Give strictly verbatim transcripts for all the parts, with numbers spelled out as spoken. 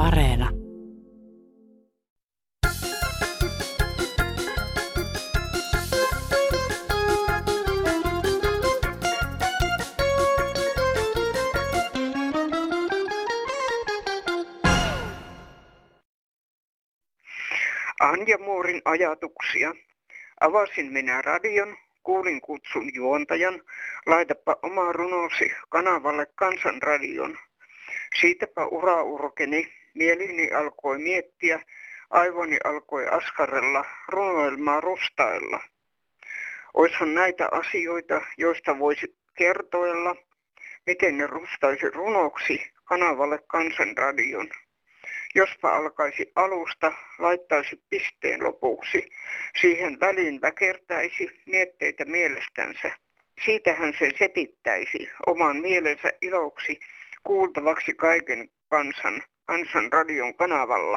Areena. Anja Muurin ajatuksia. Avasin minä radion, kuulin kutsun juontajan, laitapa oma runosi kanavalle Kansanradion. Siitäpä ura urkeni, mielini alkoi miettiä, aivoni alkoi askarrella, runoilmaa rustailla. Oishan näitä asioita, joista voisi kertoilla, miten ne rustaisi runoksi kanavalle Kansanradion. Jospa alkaisi alusta, laittaisi pisteen lopuksi, siihen väliin väkertäisi mietteitä mielestänsä. Siitähän se setittäisi oman mielensä iloksi kuultavaksi kaiken kansan, Kansanradion kanavalla.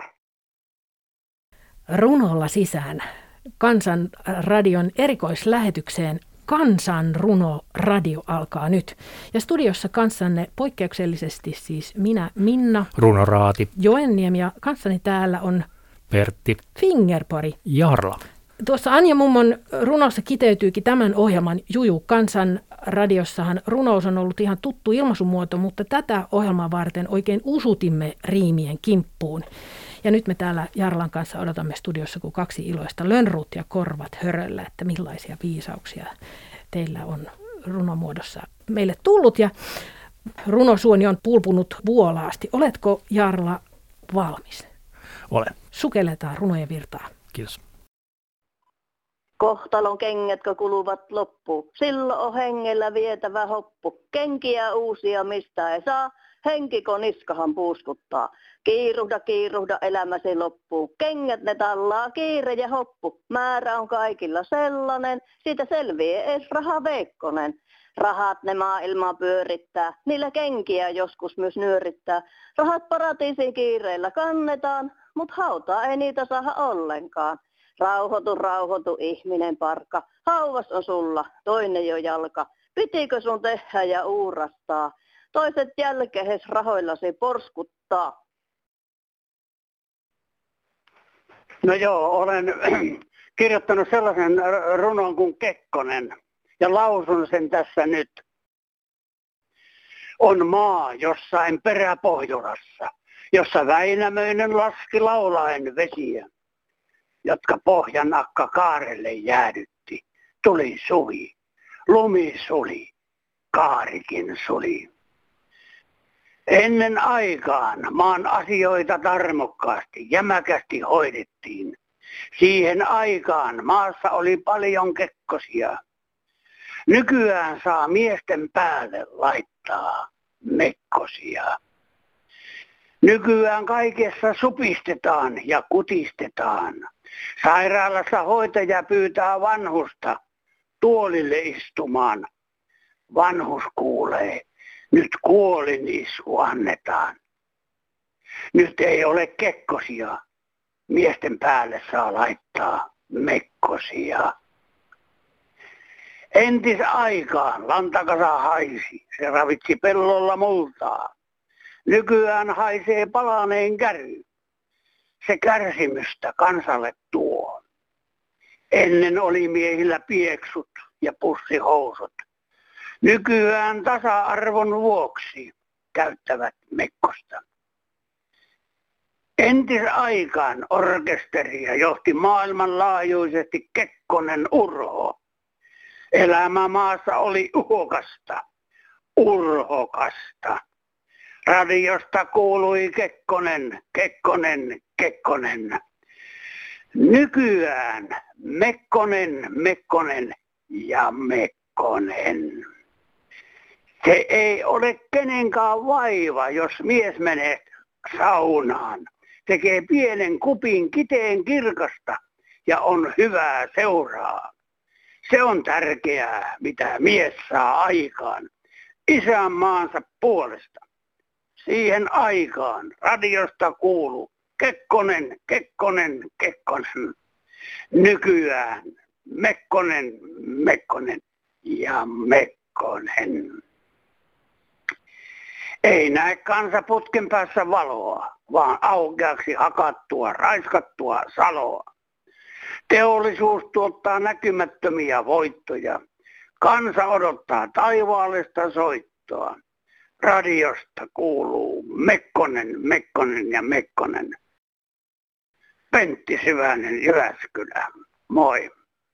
Runolla sisään Kansanradion erikoislähetykseen Kansanruno radio alkaa nyt. Ja studiossa kanssanne poikkeuksellisesti siis minä, Minna, Runoraati, Joenniemi ja kanssani täällä on Pertti, Fingerpori, Jarla. Tuossa Anja Mummon runossa kiteytyykin tämän ohjelman juju. Kansanradiossahan runous on ollut ihan tuttu ilmaisumuoto, mutta tätä ohjelmaa varten oikein usutimme riimien kimppuun. Ja nyt me täällä Jarlan kanssa odotamme studiossa kuin kaksi iloista lönnruut ja korvat höröllä, että millaisia viisauksia teillä on runomuodossa meille tullut. Ja runosuoni on pulpunut vuolaasti. Oletko, Jarla, valmis? Olen. Sukelletaan runojen virtaa. Kiitos. Kohtalon kengätkö kuluvat loppuun, silloin on hengellä vietävä hoppu. Kenkiä uusia mistä ei saa, henkiko niskahan puuskuttaa. Kiiruhda, kiiruhda elämäsi loppuun, kengät ne tallaa kiire ja hoppu. Määrä on kaikilla sellainen, siitä selviää ees raha veikkonen. Rahat ne maailmaa pyörittää, niillä kenkiä joskus myös nyörittää. Rahat paratiisiin kiireellä kannetaan, mut hautaa ei niitä saada ollenkaan. Rauhoitu, rauhoitu ihminen parka, hauvas on sulla, toinen jo jalka. Pitikö sun tehdä ja uurastaa, toiset jälkehes rahoillasi porskuttaa? No joo, olen kirjoittanut sellaisen runon kuin Kekkonen ja lausun sen tässä nyt. On maa jossain Peräpohjolassa, jossa Väinämöinen laski laulaen vesiä, jotka pohjan akka kaarelle jäädytti. Tuli suvi, lumi suli, kaarikin suli. Ennen aikaan maan asioita tarmokkaasti, jämäkästi hoidettiin. Siihen aikaan maassa oli paljon kekkosia. Nykyään saa miesten päälle laittaa mekkosia. Nykyään kaikessa supistetaan ja kutistetaan. Sairaalassa hoitaja pyytää vanhusta tuolille istumaan. Vanhus kuulee, nyt kuolinisku annetaan. Nyt ei ole kekkosia, miesten päälle saa laittaa mekkosia. Entisaikaan lantakasa haisi, se ravitsi pellolla multaa. Nykyään haisee palaneen käry. Se kärsimystä kansalle tuo. Ennen oli miehillä pieksut ja pussihousut. Nykyään tasa-arvon vuoksi käyttävät mekkosta. Entisaikaan orkesteria johti maailmanlaajuisesti Kekkonen Urho. Elämä maassa oli uhokasta, urhokasta. Radiosta kuului Kekkonen, Kekkonen, Kekkonen. Nykyään Mekkonen, Mekkonen ja Mekkonen. Se ei ole kenenkään vaiva, jos mies menee saunaan. Tekee pienen kupin kiteen kirkasta ja on hyvää seuraa. Se on tärkeää, mitä mies saa aikaan isänmaansa puolesta. Siihen aikaan radiosta kuuluu Kekkonen, Kekkonen, Kekkonen. Nykyään Mekkonen, Mekkonen ja Mekkonen. Ei näe kansa putken päässä valoa, vaan aukeaksi hakattua, raiskattua saloa. Teollisuus tuottaa näkymättömiä voittoja. Kansa odottaa taivaallista soittoa. Radiosta kuuluu Mekkonen, Mekkonen ja Mekkonen. Pentti Syvänen, Jyväskylä. Moi.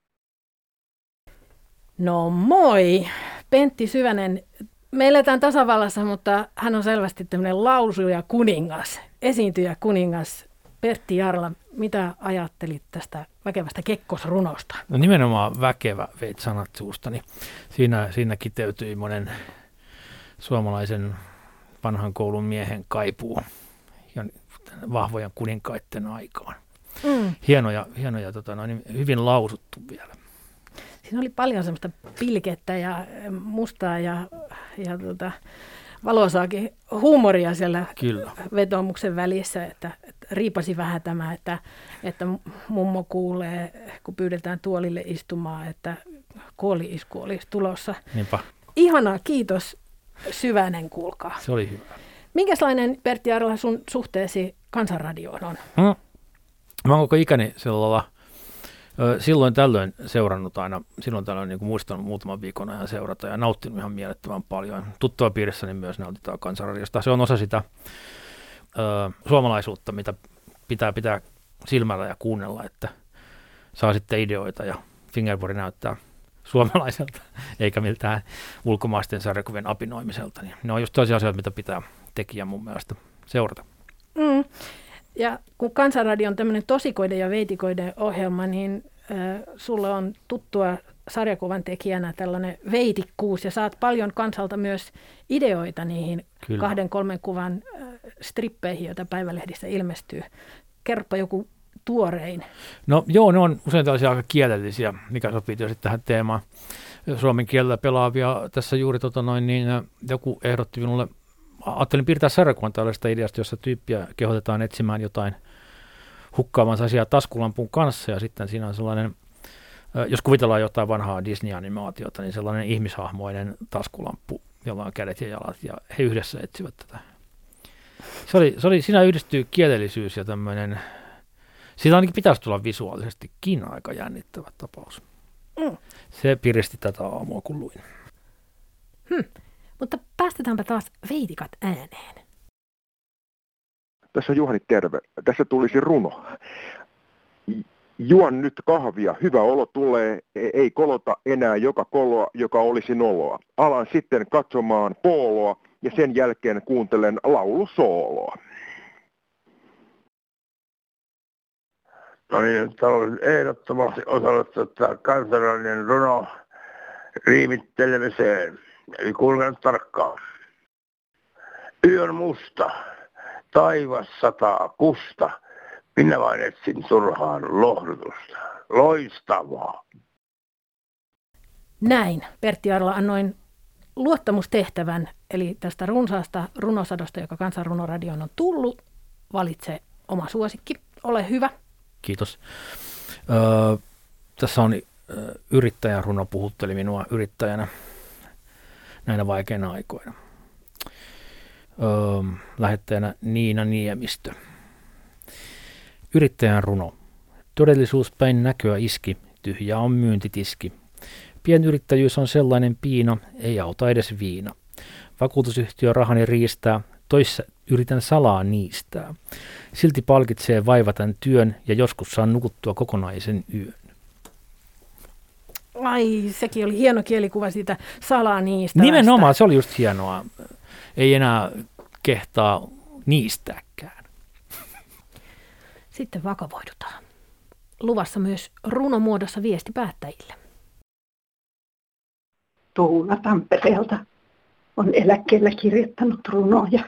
No moi, Pentti Syvänen. Me eletään tasavallassa, mutta hän on selvästi tämmöinen lausuja kuningas, esiintyjä kuningas. Pertti Jarla, mitä ajattelit tästä väkevästä kekkosrunosta? No nimenomaan väkevä, veit sanat suustani. Siinä, siinä kiteytyi monen suomalaisen vanhan koulun miehen kaipuu ja vahvojen kuninkaitten aikaan. Mm. Hienoja, hienoja tota, no, niin hyvin lausuttu vielä. Siinä oli paljon semmoista pilkettä ja mustaa ja, ja tota, valoisaakin huumoria siellä Kyllä. vetoomuksen välissä, että, että riipasi vähän tämä, että, että mummo kuulee, kun pyydetään tuolille istumaan, että kuoli-isku olisi tulossa. Niinpä. Ihanaa, kiitos Syvänen, kuulkaa. Se oli hyvä. Minkälainen, Pertti Jarla, sun suhteesi Kansanradioon on? Hmm. Mä oon koko ikäni sellailla, silloin tällöin seurannut aina, silloin tällöin niin kuin muistanut muutaman viikon ajan seurata ja nauttinut ihan mielettömän paljon. Tuttava piirissäni myös nautitaan Kansanradiosta. Se on osa sitä ö, suomalaisuutta, mitä pitää pitää silmällä ja kuunnella, että saa sitten ideoita ja fingerboard näyttää suomalaiselta, eikä miltään ulkomaisten sarjakuvien apinoimiselta. Niin ne on just toisia asioita, mitä pitää tekijän mun mielestä seurata. Mm. Ja kun Kansanradio on tämmöinen tosikoiden ja veitikoiden ohjelma, niin äh, sulla on tuttua sarjakuvan tekijänä tällainen veitikkuus, ja saat paljon kansalta myös ideoita niihin Kyllä. kahden, kolmen kuvan äh, strippeihin, joita päivälehdissä ilmestyy. Kerropa joku tuorein. No joo, ne on usein tällaisia aika kielellisiä, mikä sopii tietysti tähän teemaan. Suomen kielellä pelaavia. Tässä juuri tota noin, niin joku ehdotti minulle, ajattelin piirtää sarjakuvan tällaista ideasta, jossa tyyppiä kehotetaan etsimään jotain hukkaavansa asiaa taskulampun kanssa, ja sitten siinä on sellainen, jos kuvitellaan jotain vanhaa Disney-animaatiota, niin sellainen ihmishahmoinen taskulamppu, jolla on kädet ja jalat, ja he yhdessä etsivät tätä. Se oli, se oli, siinä yhdistyy kielellisyys ja tämmöinen, siitä ainakin pitäisi tulla visuaalisestikin aika jännittävä tapaus. Mm. Se piristi tätä aamua, kun luin. Hmm. Mutta päästetäänpä taas veitikat ääneen. Tässä on Juhani, terve. Tässä tulisi runo. Juon nyt kahvia, hyvä olo tulee, ei kolota enää joka koloa, joka olisi noloa. Alan sitten katsomaan pooloa ja sen jälkeen kuuntelen laulusooloa. No niin, nyt haluaisin ehdottomasti osallistua Kansanradion runo riimittelemiseen. Eli kuulen tarkkaan. Yö on musta, taivas sataa kusta, minä vain etsin turhaan lohdutusta. Loistavaa. Näin, Pertti Jarla, annoin luottamustehtävän, eli tästä runsaasta runosadosta, joka Kansanrunoradioon on tullut. Valitse oma suosikki, ole hyvä. Kiitos. Öö, tässä on ö, yrittäjän runo, puhutteli minua yrittäjänä näinä vaikeina aikoina. Öö, lähettäjänä Niina Niemistö. Yrittäjän runo. Todellisuus päin näköä iski, tyhjä on myyntitiski. Pienyrittäjyys on sellainen piina, ei auta edes viina. Vakuutusyhtiö rahani riistää, toissa yritän salaa niistää. Silti palkitsee vaivatan työn ja joskus saan nukuttua kokonaisen yön. Ai, sekin oli hieno kielikuva siitä salaa niistä. Nimenomaan, se oli just hienoa. Ei enää kehtaa niistääkään. Sitten vakavoidutaan. Luvassa myös runomuodossa viesti päättäjille. Tuula Tampereelta on eläkkeellä kirjoittanut runoja.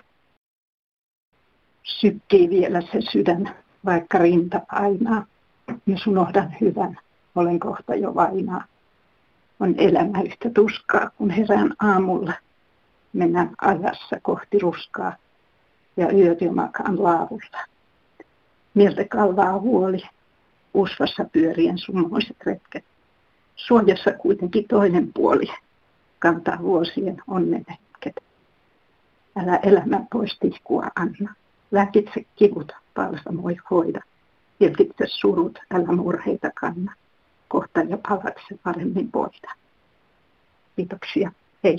Sykkii vielä se sydän, vaikka rinta painaa. Jos unohdan hyvän, olen kohta jo vainaa. On elämä yhtä tuskaa, kun herään aamulla. Mennään ajassa kohti ruskaa ja yöt jo makaan laavulla. Mieltä kalvaa huoli, usvassa pyörien summoiset retket. Suojassa kuitenkin toinen puoli kantaa vuosien onnen hetket. Älä elämän pois tihkua anna. Lääkitse kivut, palsamoi hoida. Hilkitse surut, älä murheita kanna. Kohta jo palat se paremmin voida. Kiitoksia. Hei.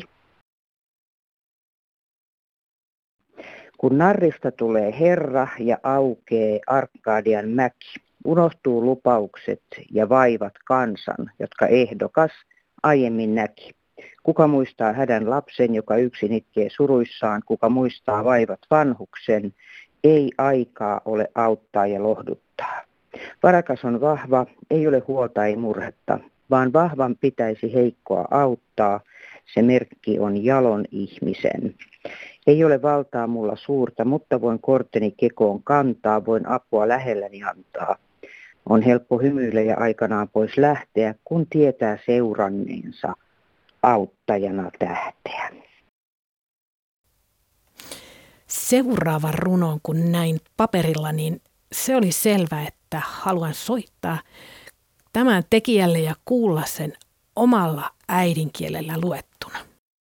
Kun narrista tulee Herra ja aukee Arkadian mäki, unohtuu lupaukset ja vaivat kansan, jotka ehdokas aiemmin näki. Kuka muistaa hädän lapsen, joka yksin itkee suruissaan, kuka muistaa vaivat vanhuksen, ei aikaa ole auttaa ja lohduttaa. Varakas on vahva, ei ole huolta ei murhetta, vaan vahvan pitäisi heikkoa auttaa, se merkki on jalon ihmisen. Ei ole valtaa mulla suurta, mutta voin korteni kekoon kantaa, voin apua lähelläni antaa. On helppo hymyillä ja aikanaan pois lähteä, kun tietää seuranneensa auttajana tähteä. Seuraavan runon, kun näin paperilla, niin se oli selvä, että haluan soittaa tämän tekijälle ja kuulla sen omalla äidinkielellä luettuna.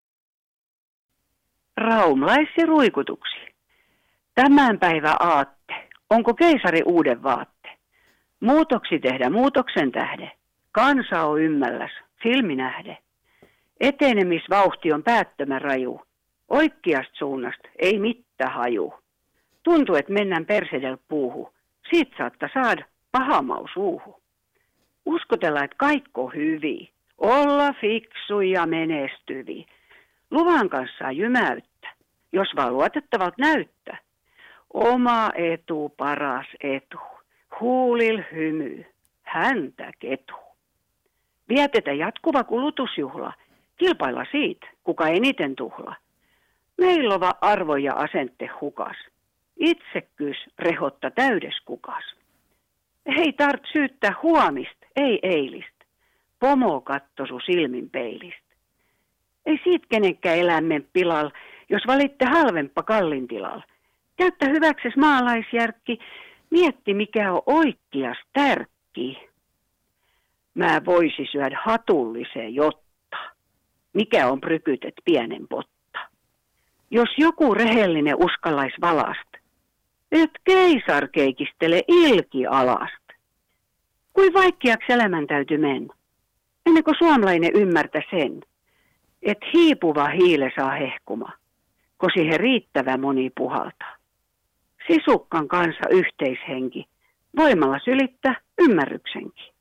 Raumalaisi ruikutuksi. Tämän päivä aatte. Onko keisari uuden vaatte? Muutoksi tehdä muutoksen tähde. Kansa on ymmälläs, silmi nähde. Etenemisvauhti on päättömän raju. Oikeasta suunnasta ei mittä haju. Tuntuu, että mennään persedel puuhu. Siitä saattaa saada pahamau suuhu. Uskotella, että kaikki on hyviä. Olla fiksu ja menestyviä. Luvan kanssa jymäyttä, jos vaan luotettavalta näyttää. Oma etu, paras etu. Huulil hymy, häntä ketu. Vietetä jatkuva kulutusjuhla. Kilpailla siitä, kuka eniten tuhla. Meillä on arvo ja asente hukas. Itsekkyys rehotta täydes kukas. Ei tart syyttää huomista, ei eilistä. Pomo kattosu silmin peilistä. Ei siitä kenenkään eläimen pilal, jos valitte halvempa kallin tilalla. Käyttä hyväkses maalaisjärkki, mietti mikä on oikeas tärkki. Mä voisi syödä hatulliseen jotta, mikä on prykytet pienen potta. Jos joku rehellinen uskallais valasta, et keisar keikistele ilki alasta. Kui vaikeaksi elämän täytyy mennä, ennen kuin suomalainen ymmärtää sen, että hiipuva hiile saa hehkuma, kun siihen riittävä moni puhaltaa. Sisukkan kanssa yhteishenki, voimalla sylittää ymmärryksenkin.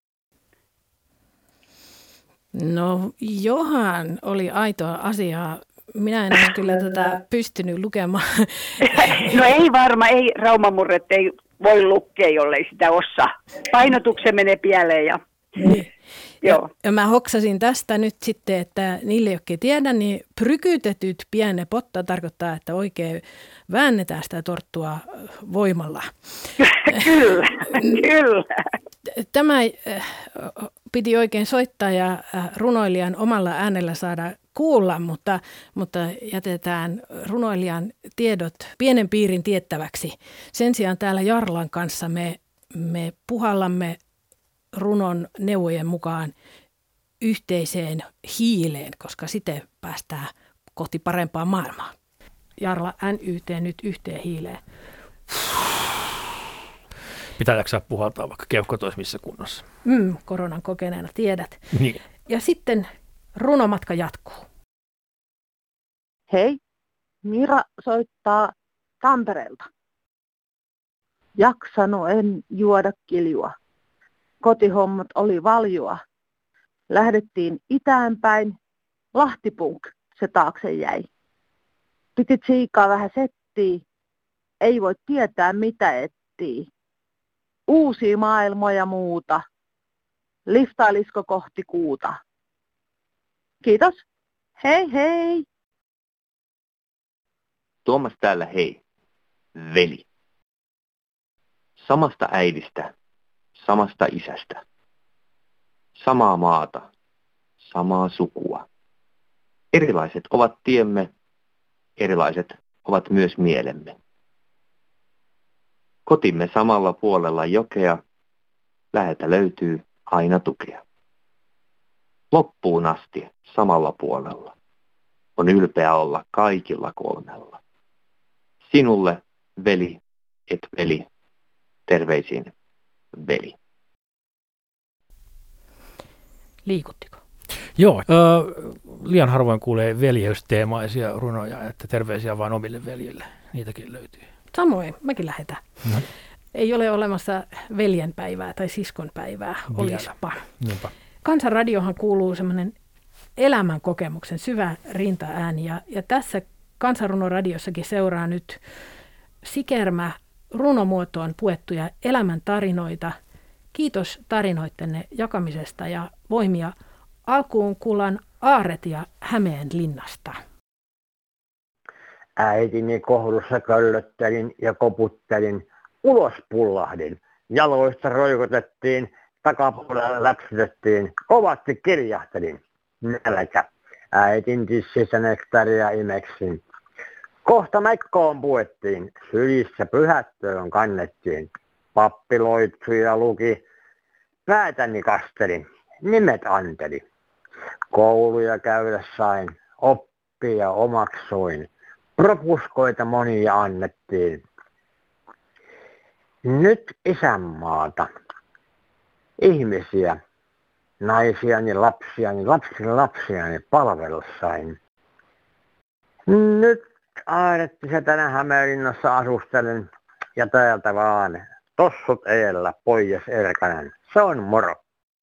No johan oli aitoa asiaa. Minä en ole kyllä tätä pystynyt lukemaan. No ei varma, ei Raumamurret ei voi lukea, jollei sitä osaa. Painotuksen menee pieleen ja... Niin. Joo. Ja, ja mä hoksasin tästä nyt sitten, että niille, jotka ei tiedä, niin prykytetyt pienne potta tarkoittaa, että oikein väännetään sitä torttua voimalla. Kyllä, kyllä. Tämä piti oikein soittaa ja runoilijan omalla äänellä saada kuulla, mutta, mutta jätetään runoilijan tiedot pienen piirin tiettäväksi. Sen sijaan täällä Jarlan kanssa me, me puhallamme runon neuvojen mukaan yhteiseen hiileen, koska sitten päästään kohti parempaa maailmaa. Jarla, N Y T nyt yhteen hiileen. Pitää jaksaa puhaltaa, vaikka keuhkot olisi missä kunnossa. Mm, koronan kokeneena tiedät. Niin. Ja sitten runomatka jatkuu. Hei, Mira soittaa Tampereelta. Jaksanut en juoda kiljua. Kotihommat oli valjua. Lähdettiin itäänpäin. Lahtipunk se taakse jäi. Piti tsiikaa vähän settiä. Ei voi tietää mitä etsii. Uusia maailmoja muuta. Liftailisko kohti kuuta. Kiitos. Hei hei. Tuomas täällä hei. Veli. Samasta äidistä. Samasta isästä. Samaa maata. Samaa sukua. Erilaiset ovat tiemme. Erilaiset ovat myös mielemme. Kotimme samalla puolella jokea. Läheltä löytyy aina tukea. Loppuun asti samalla puolella. on ylpeä olla kaikilla kolmella. Sinulle, veli, et veli. Terveisin, veli. Liikuttiko? Joo, äh, liian harvoin kuulee veljeysteemaisia runoja, että terveisiä vain omille veljille. Niitäkin löytyy. Samoin, mäkin lähetän. No. Ei ole olemassa veljenpäivää tai siskonpäivää, olispa. Niinpä. Kansanradiohan kuuluu semmoinen elämän kokemuksen syvä rintaääni, ja, ja tässä Kansanrunoradiossakin seuraa nyt Sikermä runomuotoon puettuja elämän tarinoita. Kiitos tarinoittenne jakamisesta ja voimia. Alkuun kuullaan Aaret ja Hämeenlinnasta. Äitini kohdussa köllöttelin ja koputtelin, ulos pullahdin. Jaloista roikotettiin, takapuolella läpsytettiin, kovasti kirjahtelin. Nälkä. Äitin tississä nektaria imeksin. Kohta mäkkoon puettiin, sylissä pyhättöön kannettiin. Pappi loitsui ja luki, päätäni kastelin, nimet anteli. Kouluja käydä sain, oppia omaksuin, propuskoita monia annettiin. Nyt isänmaata, ihmisiä, naisiani, lapsiani, lapsini lapsiani palvelussain. Nyt Aarettisä tänä Hämeenlinnassa asustelen ja täältä vaan tossut eellä pois Erkanen. Se on moro.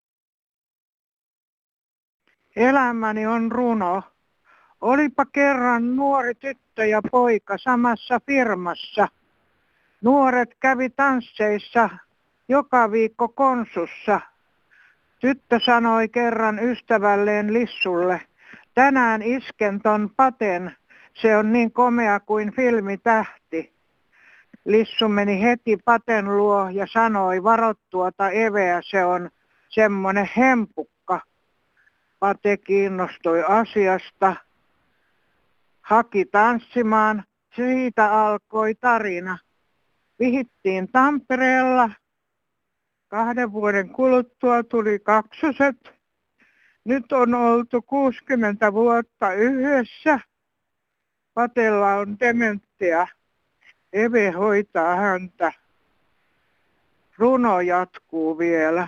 Elämäni on runo. Olipa kerran nuori tyttö ja poika samassa firmassa. Nuoret kävi tansseissa joka viikko konsussa. Tyttö sanoi kerran ystävälleen Lissulle, tänään isken ton paten, se on niin komea kuin filmitähti. Lissu meni heti paten luo ja sanoi, varo tuota eveä, se on semmonen hempukka. Pate kiinnostui asiasta, haki tanssimaan, siitä alkoi tarina. Vihittiin Tampereella, kahden vuoden kuluttua tuli kaksoset. Nyt on oltu kuusikymmentä vuotta yhdessä. Patella on dementia. Eve hoitaa häntä. Runo jatkuu vielä.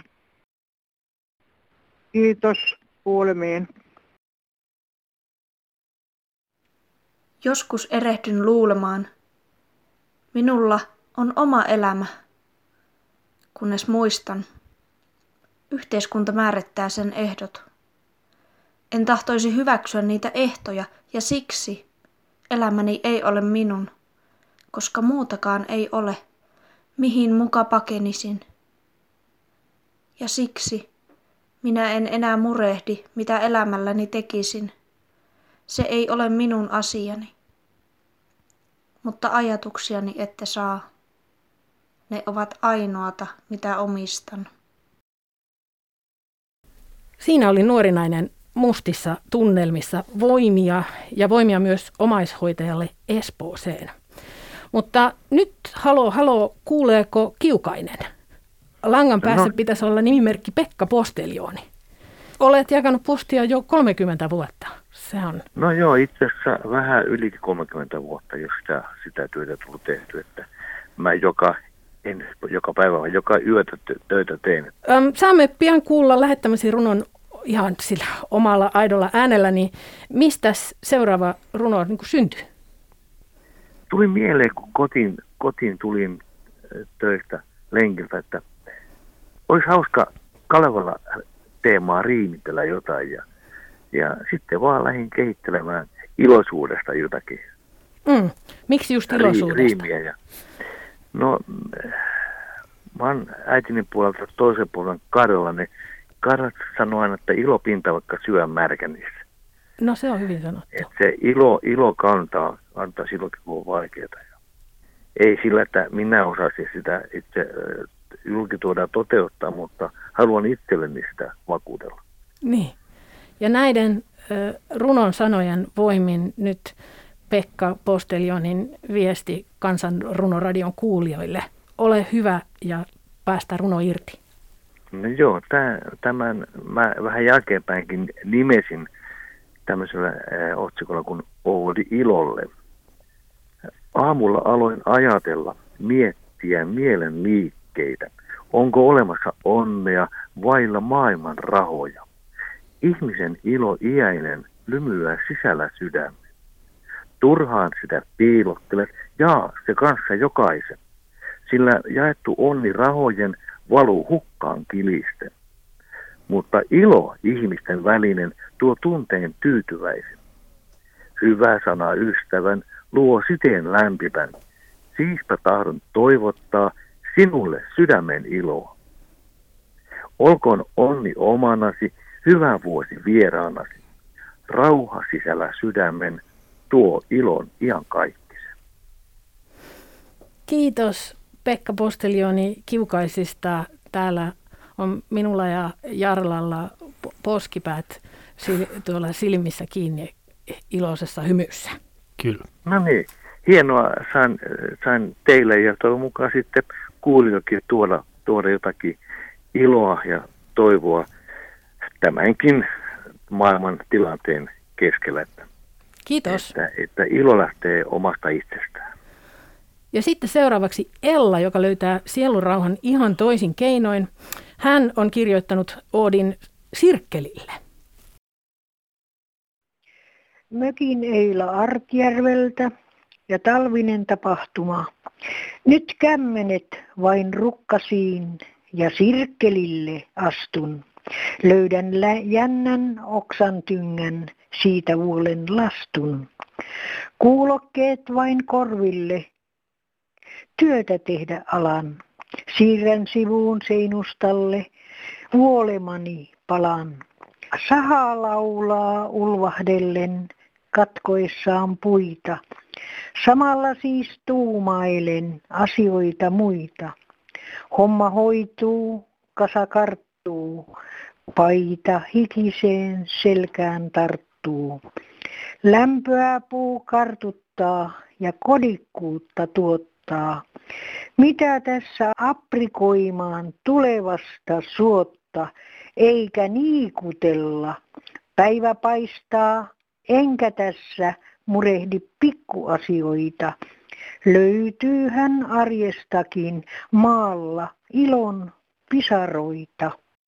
Kiitos kuulemiin. Joskus erehdyn luulemaan. Minulla on oma elämä. Kunnes muistan. Yhteiskunta määrittää sen ehdot. En tahtoisi hyväksyä niitä ehtoja ja siksi elämäni ei ole minun, koska muutakaan ei ole, mihin muka pakenisin. Ja siksi minä en enää murehdi, mitä elämälläni tekisin. Se ei ole minun asiani. Mutta ajatuksiani ette saa. Ne ovat ainoata, mitä omistan. Siinä oli nuorinainen mustissa tunnelmissa voimia ja voimia myös omaishoitajalle Espooseen. Mutta nyt halo, halo, kuuleeko Kiukainen? Langan päässä no. Pitäisi olla nimimerkki Pekka Posteljoni. Olet jakanut postia jo kolmekymmentä vuotta. Se on... No joo, itse asiassa vähän yli kolmekymmentä vuotta, jos sitä, sitä työtä tullut tehty. Että mä joka, en joka päivä, vaan joka yötä töitä teen. Öm, saamme pian kuulla lähettämäsi runon ihan sillä omalla aidolla äänellä, niin mistä seuraava runo niin kuin syntyi? Tuli mieleen, kun kotiin, kotiin tulin töistä lenkiltä, että olisi hauska Kalevalla teemaa riimitellä jotain ja, ja sitten vaan lähdin kehittelemään iloisuudesta jotakin. Mm. Miksi just iloisuudesta? Riimiä ja, no, mä oon äitini puolelta toisen puolen Karjala, niin Karjala sanoo aina, että ilo pinta vaikka syön märkännissä. No se on hyvin sanottu. Et se ilo, ilo kantaa, antaa silloin, kun on vaikeaa. Ei sillä, että minä osaisin sitä itse julkituodaan toteuttaa, mutta haluan itselleni sitä vakuutella. Niin. Ja näiden äh, runon sanojen voimin nyt Pekka Posteljonin viesti Kansanrunорadion kuulijoille. Ole hyvä ja päästä runo irti. No joo, tämän, tämän mä vähän jälkeenpäinkin nimesin tämmöisellä ää, otsikolla kuin Oodi ilolle. Aamulla aloin ajatella, miettiä mielen liikkeitä. Onko olemassa onnea vailla maailman rahoja? Ihmisen ilo iäinen lymyää sisällä sydämen. Turhaan sitä piilottelet, jaa se kanssa jokaisen. Sillä jaettu onni rahojen valuu hukkaan kilisten. Mutta ilo ihmisten välinen tuo tunteen tyytyväisen. Hyvä sana ystävän luo siteen lämpimän. Siispä tahdon toivottaa sinulle sydämen iloa. Olkoon onni omanasi, hyvä vuosi vieraanasi. Rauha sisällä sydämen tuo ilon iankaikkisen. Kiitos Pekka Postelioni Kiukaisista. Täällä on minulla ja Jarlalla poskipäät tuolla silmissä kiinni iloisessa hymyssä. Kyllä. No niin, hienoa. Sain, sain teille ja toivon mukaan sitten kuulijoillekin tuoda, tuoda jotakin iloa ja toivoa tämänkin maailman tilanteen keskellä. Että, Kiitos. Että, että ilo lähtee omasta itsestään. Ja sitten seuraavaksi Ella, joka löytää sielunrauhan ihan toisin keinoin. Hän on kirjoittanut oodin Sirkkelille. Mökin Eila Artjärveltä ja talvinen tapahtuma. Nyt kämmenet vain rukkasiin ja Sirkkelille astun. Löydän lä- jännän oksan tyngän, siitä vuolen lastun. Kuulokkeet vain korville, työtä tehdä alan. Siirrän sivuun seinustalle, vuolemani palan. Saha laulaa ulvahdellen, katkoissaan puita. Samalla siis tuumailen asioita muita. Homma hoituu, kasa karttuu, paita hikiseen selkään tarttuu. Lämpöä puu kartuttaa ja kodikkuutta tuottaa. Mitä tässä aprikoimaan tulevasta suotta, eikä niikutella. Päivä paistaa, enkä tässä murehdi pikkuasioita. Löytyyhän arjestakin maalla ilon pisaroita.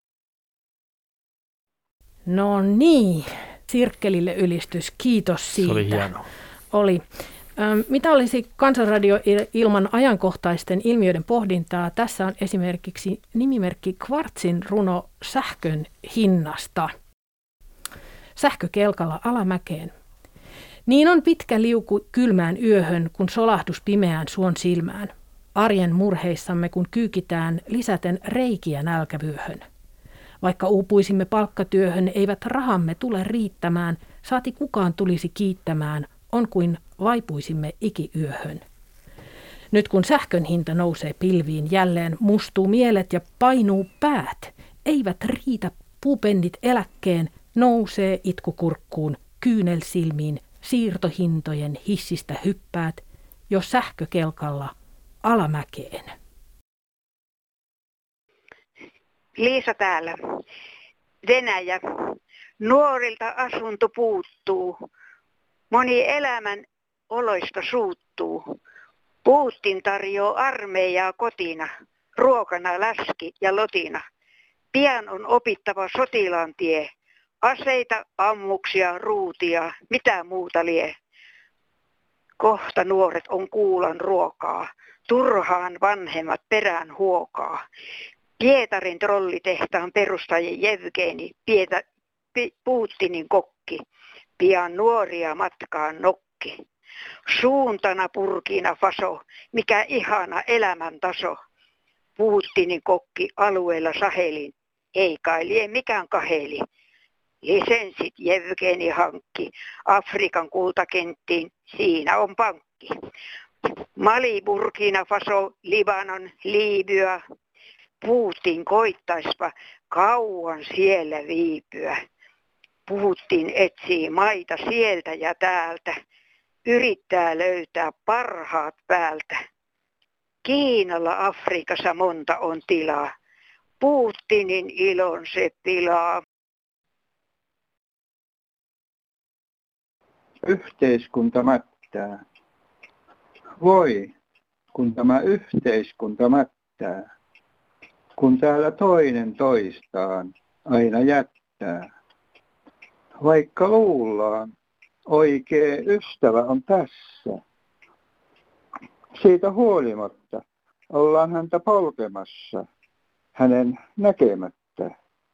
No niin, Sirkkelille ylistys. Kiitos siitä. Se oli hienoa. Oli. Mitä olisi Kansanradio ilman ajankohtaisten ilmiöiden pohdintaa? Tässä on esimerkiksi nimimerkki Kvartsin runo sähkön hinnasta. Sähkökelkalla alamäkeen. Niin on pitkä liuku kylmään yöhön, kun solahdus pimeään suon silmään. Arjen murheissamme, kun kyykitään lisäten reikiä nälkävyöhön. Vaikka uupuisimme palkkatyöhön, eivät rahamme tule riittämään, saati kukaan tulisi kiittämään, on kuin vaipuisimme ikiyöhön. Nyt kun sähkön hinta nousee pilviin, jälleen mustuu mielet ja painuu päät. Eivät riitä puupennit eläkkeen, nousee itkukurkkuun, kyynel silmiin, siirtohintojen hissistä hyppäät, jo sähkökelkalla alamäkeen. Liisa täällä. Venäjä. Nuorilta asunto puuttuu. Moni elämän oloista suuttuu. Putin tarjoaa armeijaa kotina, ruokana läski ja lotina. Pian on opittava sotilaan tie. Aseita, ammuksia, ruutia, mitä muuta lie. Kohta nuoret on kuulan ruokaa. Turhaan vanhemmat perään huokaa. Pietarin trollitehtaan perustaja Jevgeni, Pieta, P- Putinin kokki. Pian nuoria matkaan nokki. Suuntana Burkina Faso, mikä ihana elämäntaso. Putinin kokki alueella Sahelin, ei kai lie mikään kaheli. Lisenssit Jevgeni hankki Afrikan kultakenttiin, siinä on pankki. Mali, Burkina Faso, Libanon, Libya. Putin koittaispa kauan siellä viipyä. Putin etsii maita sieltä ja täältä, yrittää löytää parhaat päältä. Kiinalla Afrikassa monta on tilaa, Putinin ilon se pilaa. yhteiskunta mättää. Voi, kun tämä yhteiskunta mättää, kun täällä toinen toistaan aina jättää. Vaikka luullaan, oikea ystävä on tässä. Siitä huolimatta ollaan häntä polkemassa, hänen näkemättä.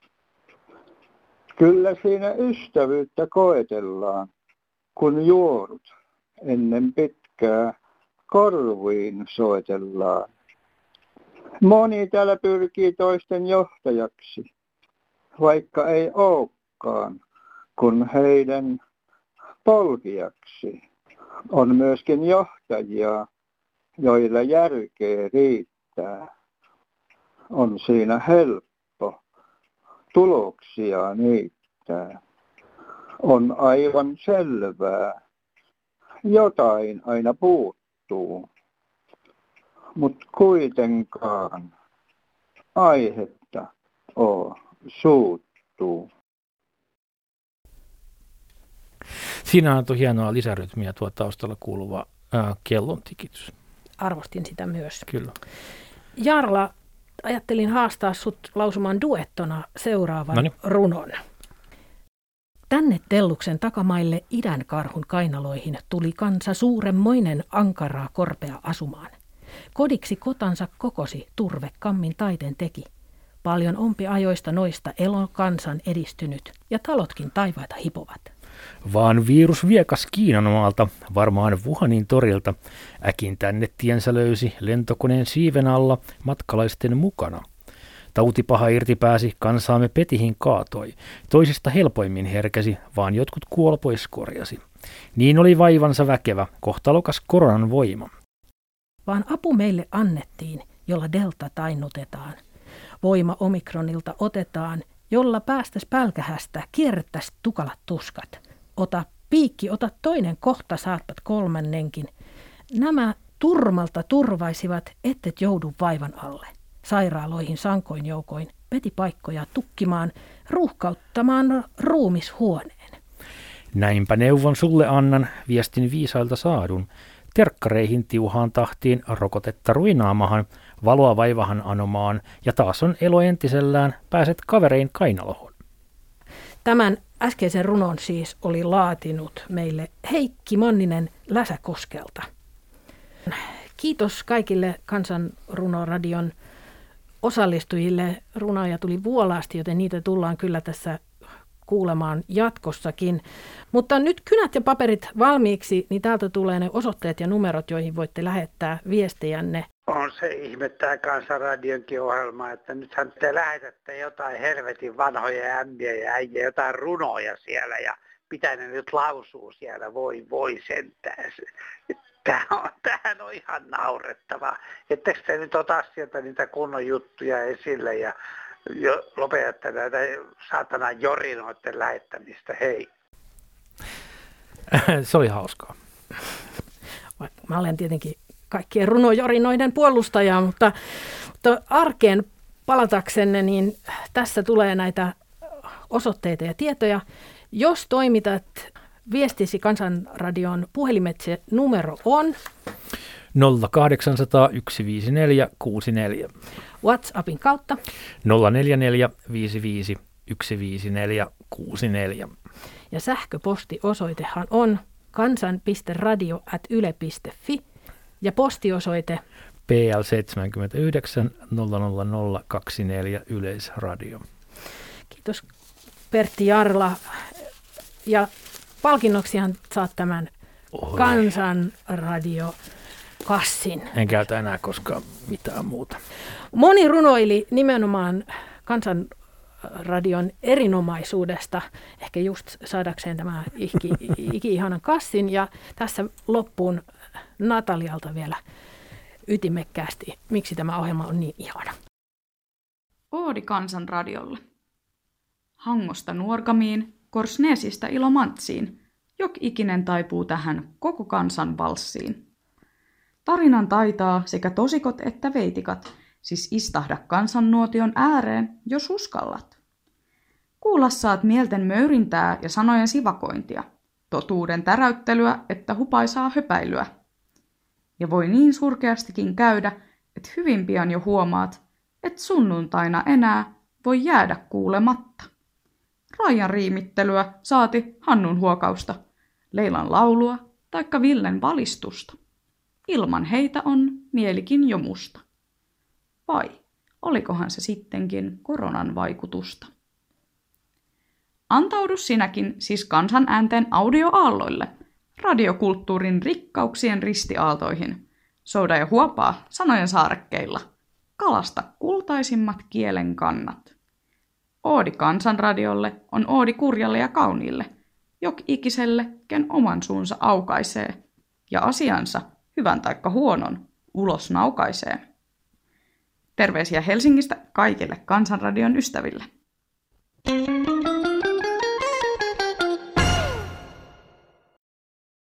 Kyllä siinä ystävyyttä koetellaan, kun juorut ennen pitkää korviin soitellaan. Moni täällä pyrkii toisten johtajaksi, vaikka ei olekaan, kun heidän polkijaksi. On myöskin johtajia, joilla järkeä riittää. On siinä helppo tuloksia niittää. On aivan selvää, jotain aina puuttuu, mutta kuitenkaan aihetta oo suuttuu. Siinä on tuo hienoa lisärytmiä tuo taustalla kuuluva ää, kellon tikitys. Arvostin sitä myös. Kyllä. Jarla, ajattelin haastaa sut lausumaan duettona seuraavan Noniin. runon. Tänne Telluksen takamaille idän karhun kainaloihin tuli kansa suuremmoinen ankaraa korpea asumaan. Kodiksi kotansa kokosi, turve kammin taiteen teki. Paljon ompi ajoista noista elon kansan edistynyt, ja talotkin taivaita hipovat. Vaan virus viekas Kiinan maalta, varmaan Wuhanin torilta, äkin tänne tiensä löysi lentokoneen siiven alla matkalaisten mukana. Tautipaha irti pääsi, kansaamme petihin kaatoi, toisista helpoimmin herkäsi, vaan jotkut kuolpois korjasi. Niin oli vaivansa väkevä, kohtalokas koronan voima. Vaan apu meille annettiin, jolla delta tainnutetaan. Voima omikronilta otetaan, jolla päästäs pälkähästä, kierrättäs tukalat tuskat. Ota piikki, ota toinen, kohta saatpat kolmannenkin. Nämä turmalta turvaisivat, ettet joudu vaivan alle. Sairaaloihin sankoin joukoin, petipaikkoja tukkimaan, ruuhkauttamaan ruumishuoneen. Näinpä neuvon sulle annan, viestin viisailta saadun. Terkkareihin tiuhaan tahtiin rokotetta ruinaamahan, valoa vaivahan anomaan, ja taas on elo entisellään, pääset kaverein kainalohon. Tämän äskeisen runon siis oli laatinut meille Heikki Manninen Läsäkoskelta. Kiitos kaikille Kansanrunoradion osallistujille. Runoja tuli vuolaasti, joten niitä tullaan kyllä tässä kuulemaan jatkossakin. Mutta nyt kynät ja paperit valmiiksi, niin täältä tulee ne osoitteet ja numerot, joihin voitte lähettää viestejänne. On se ihme tämä Kansanradionkin ohjelma, että nythän te lähetätte jotain helvetin vanhoja ämmiä ja äijä, jotain runoja siellä ja pitää ne nyt lausua siellä, voi voi sentään. Tämä on, tämähän on ihan naurettavaa. Ettekö te nyt ota sieltä niitä kunnon juttuja esille ja jo lopetatte näitä saatanan jorinoiden lähettämistä, hei. Se oli hauskaa. Mä olen tietenkin kaikkien runojorinoiden puolustaja, mutta, mutta arkeen palataksenne, niin tässä tulee näitä osoitteita ja tietoja. Jos toimitat viestisi Kansanradion puhelimitse, numero on nolla kahdeksan nolla nolla yksi viisi neljä kuusi neljä. WhatsAppin kautta nolla neljä neljä viisi viisi yksi viisi neljä kuusi neljä. Ja sähköpostiosoitehan on kansan piste radio ät yle piste fi ja postiosoite P L seitsemänkymmentäyhdeksän nolla nolla nolla kaksikymmentäneljä Yleisradio. Kiitos Pertti Jarla. Ja palkinnoksihan saat tämän Oi. Kansanradio kassin. En käytä enää koskaan mitään muuta. Moni runoili nimenomaan Kansanradion erinomaisuudesta, ehkä just saadakseen tämä iki-ihanan kassin. Ja tässä loppuun Natalialta vielä ytimekkäästi, miksi tämä ohjelma on niin ihana. Oodi Kansanradiolle. Hangosta Nuorgamiin, Korsneesista Ilomantsiin, jok ikinen taipuu tähän koko kansan valssiin. Tarinan taitaa sekä tosikot että veitikat, siis istahda kansannuotion ääreen, jos uskallat. Kuulla saat mielten möyrintää ja sanojen sivakointia. totuuden täräyttelyä että hupaisaa höpäilyä. Ja voi niin surkeastikin käydä, että hyvin pian jo huomaat, että sunnuntaina enää voi jäädä kuulematta. Raijan riimittelyä saati Hannun huokausta, Leilan laulua taikka Villen valistusta. Ilman heitä on mielikin jo musta. Vai olikohan se sittenkin koronan vaikutusta? Antaudu sinäkin siis kansan äänten audioaalloille, radiokulttuurin rikkauksien ristiaaltoihin, souda ja huopaa sanojen saarekkeilla, kalasta kultaisimmat kielen kannat. Oodi kansanradiolle on oodi kurjalle ja kauniille, jok ikiselle, ken oman suunsa aukaisee, ja asiansa, hyvän taikka huonon, ulos naukaisee. Terveisiä Helsingistä kaikille Kansanradion ystäville.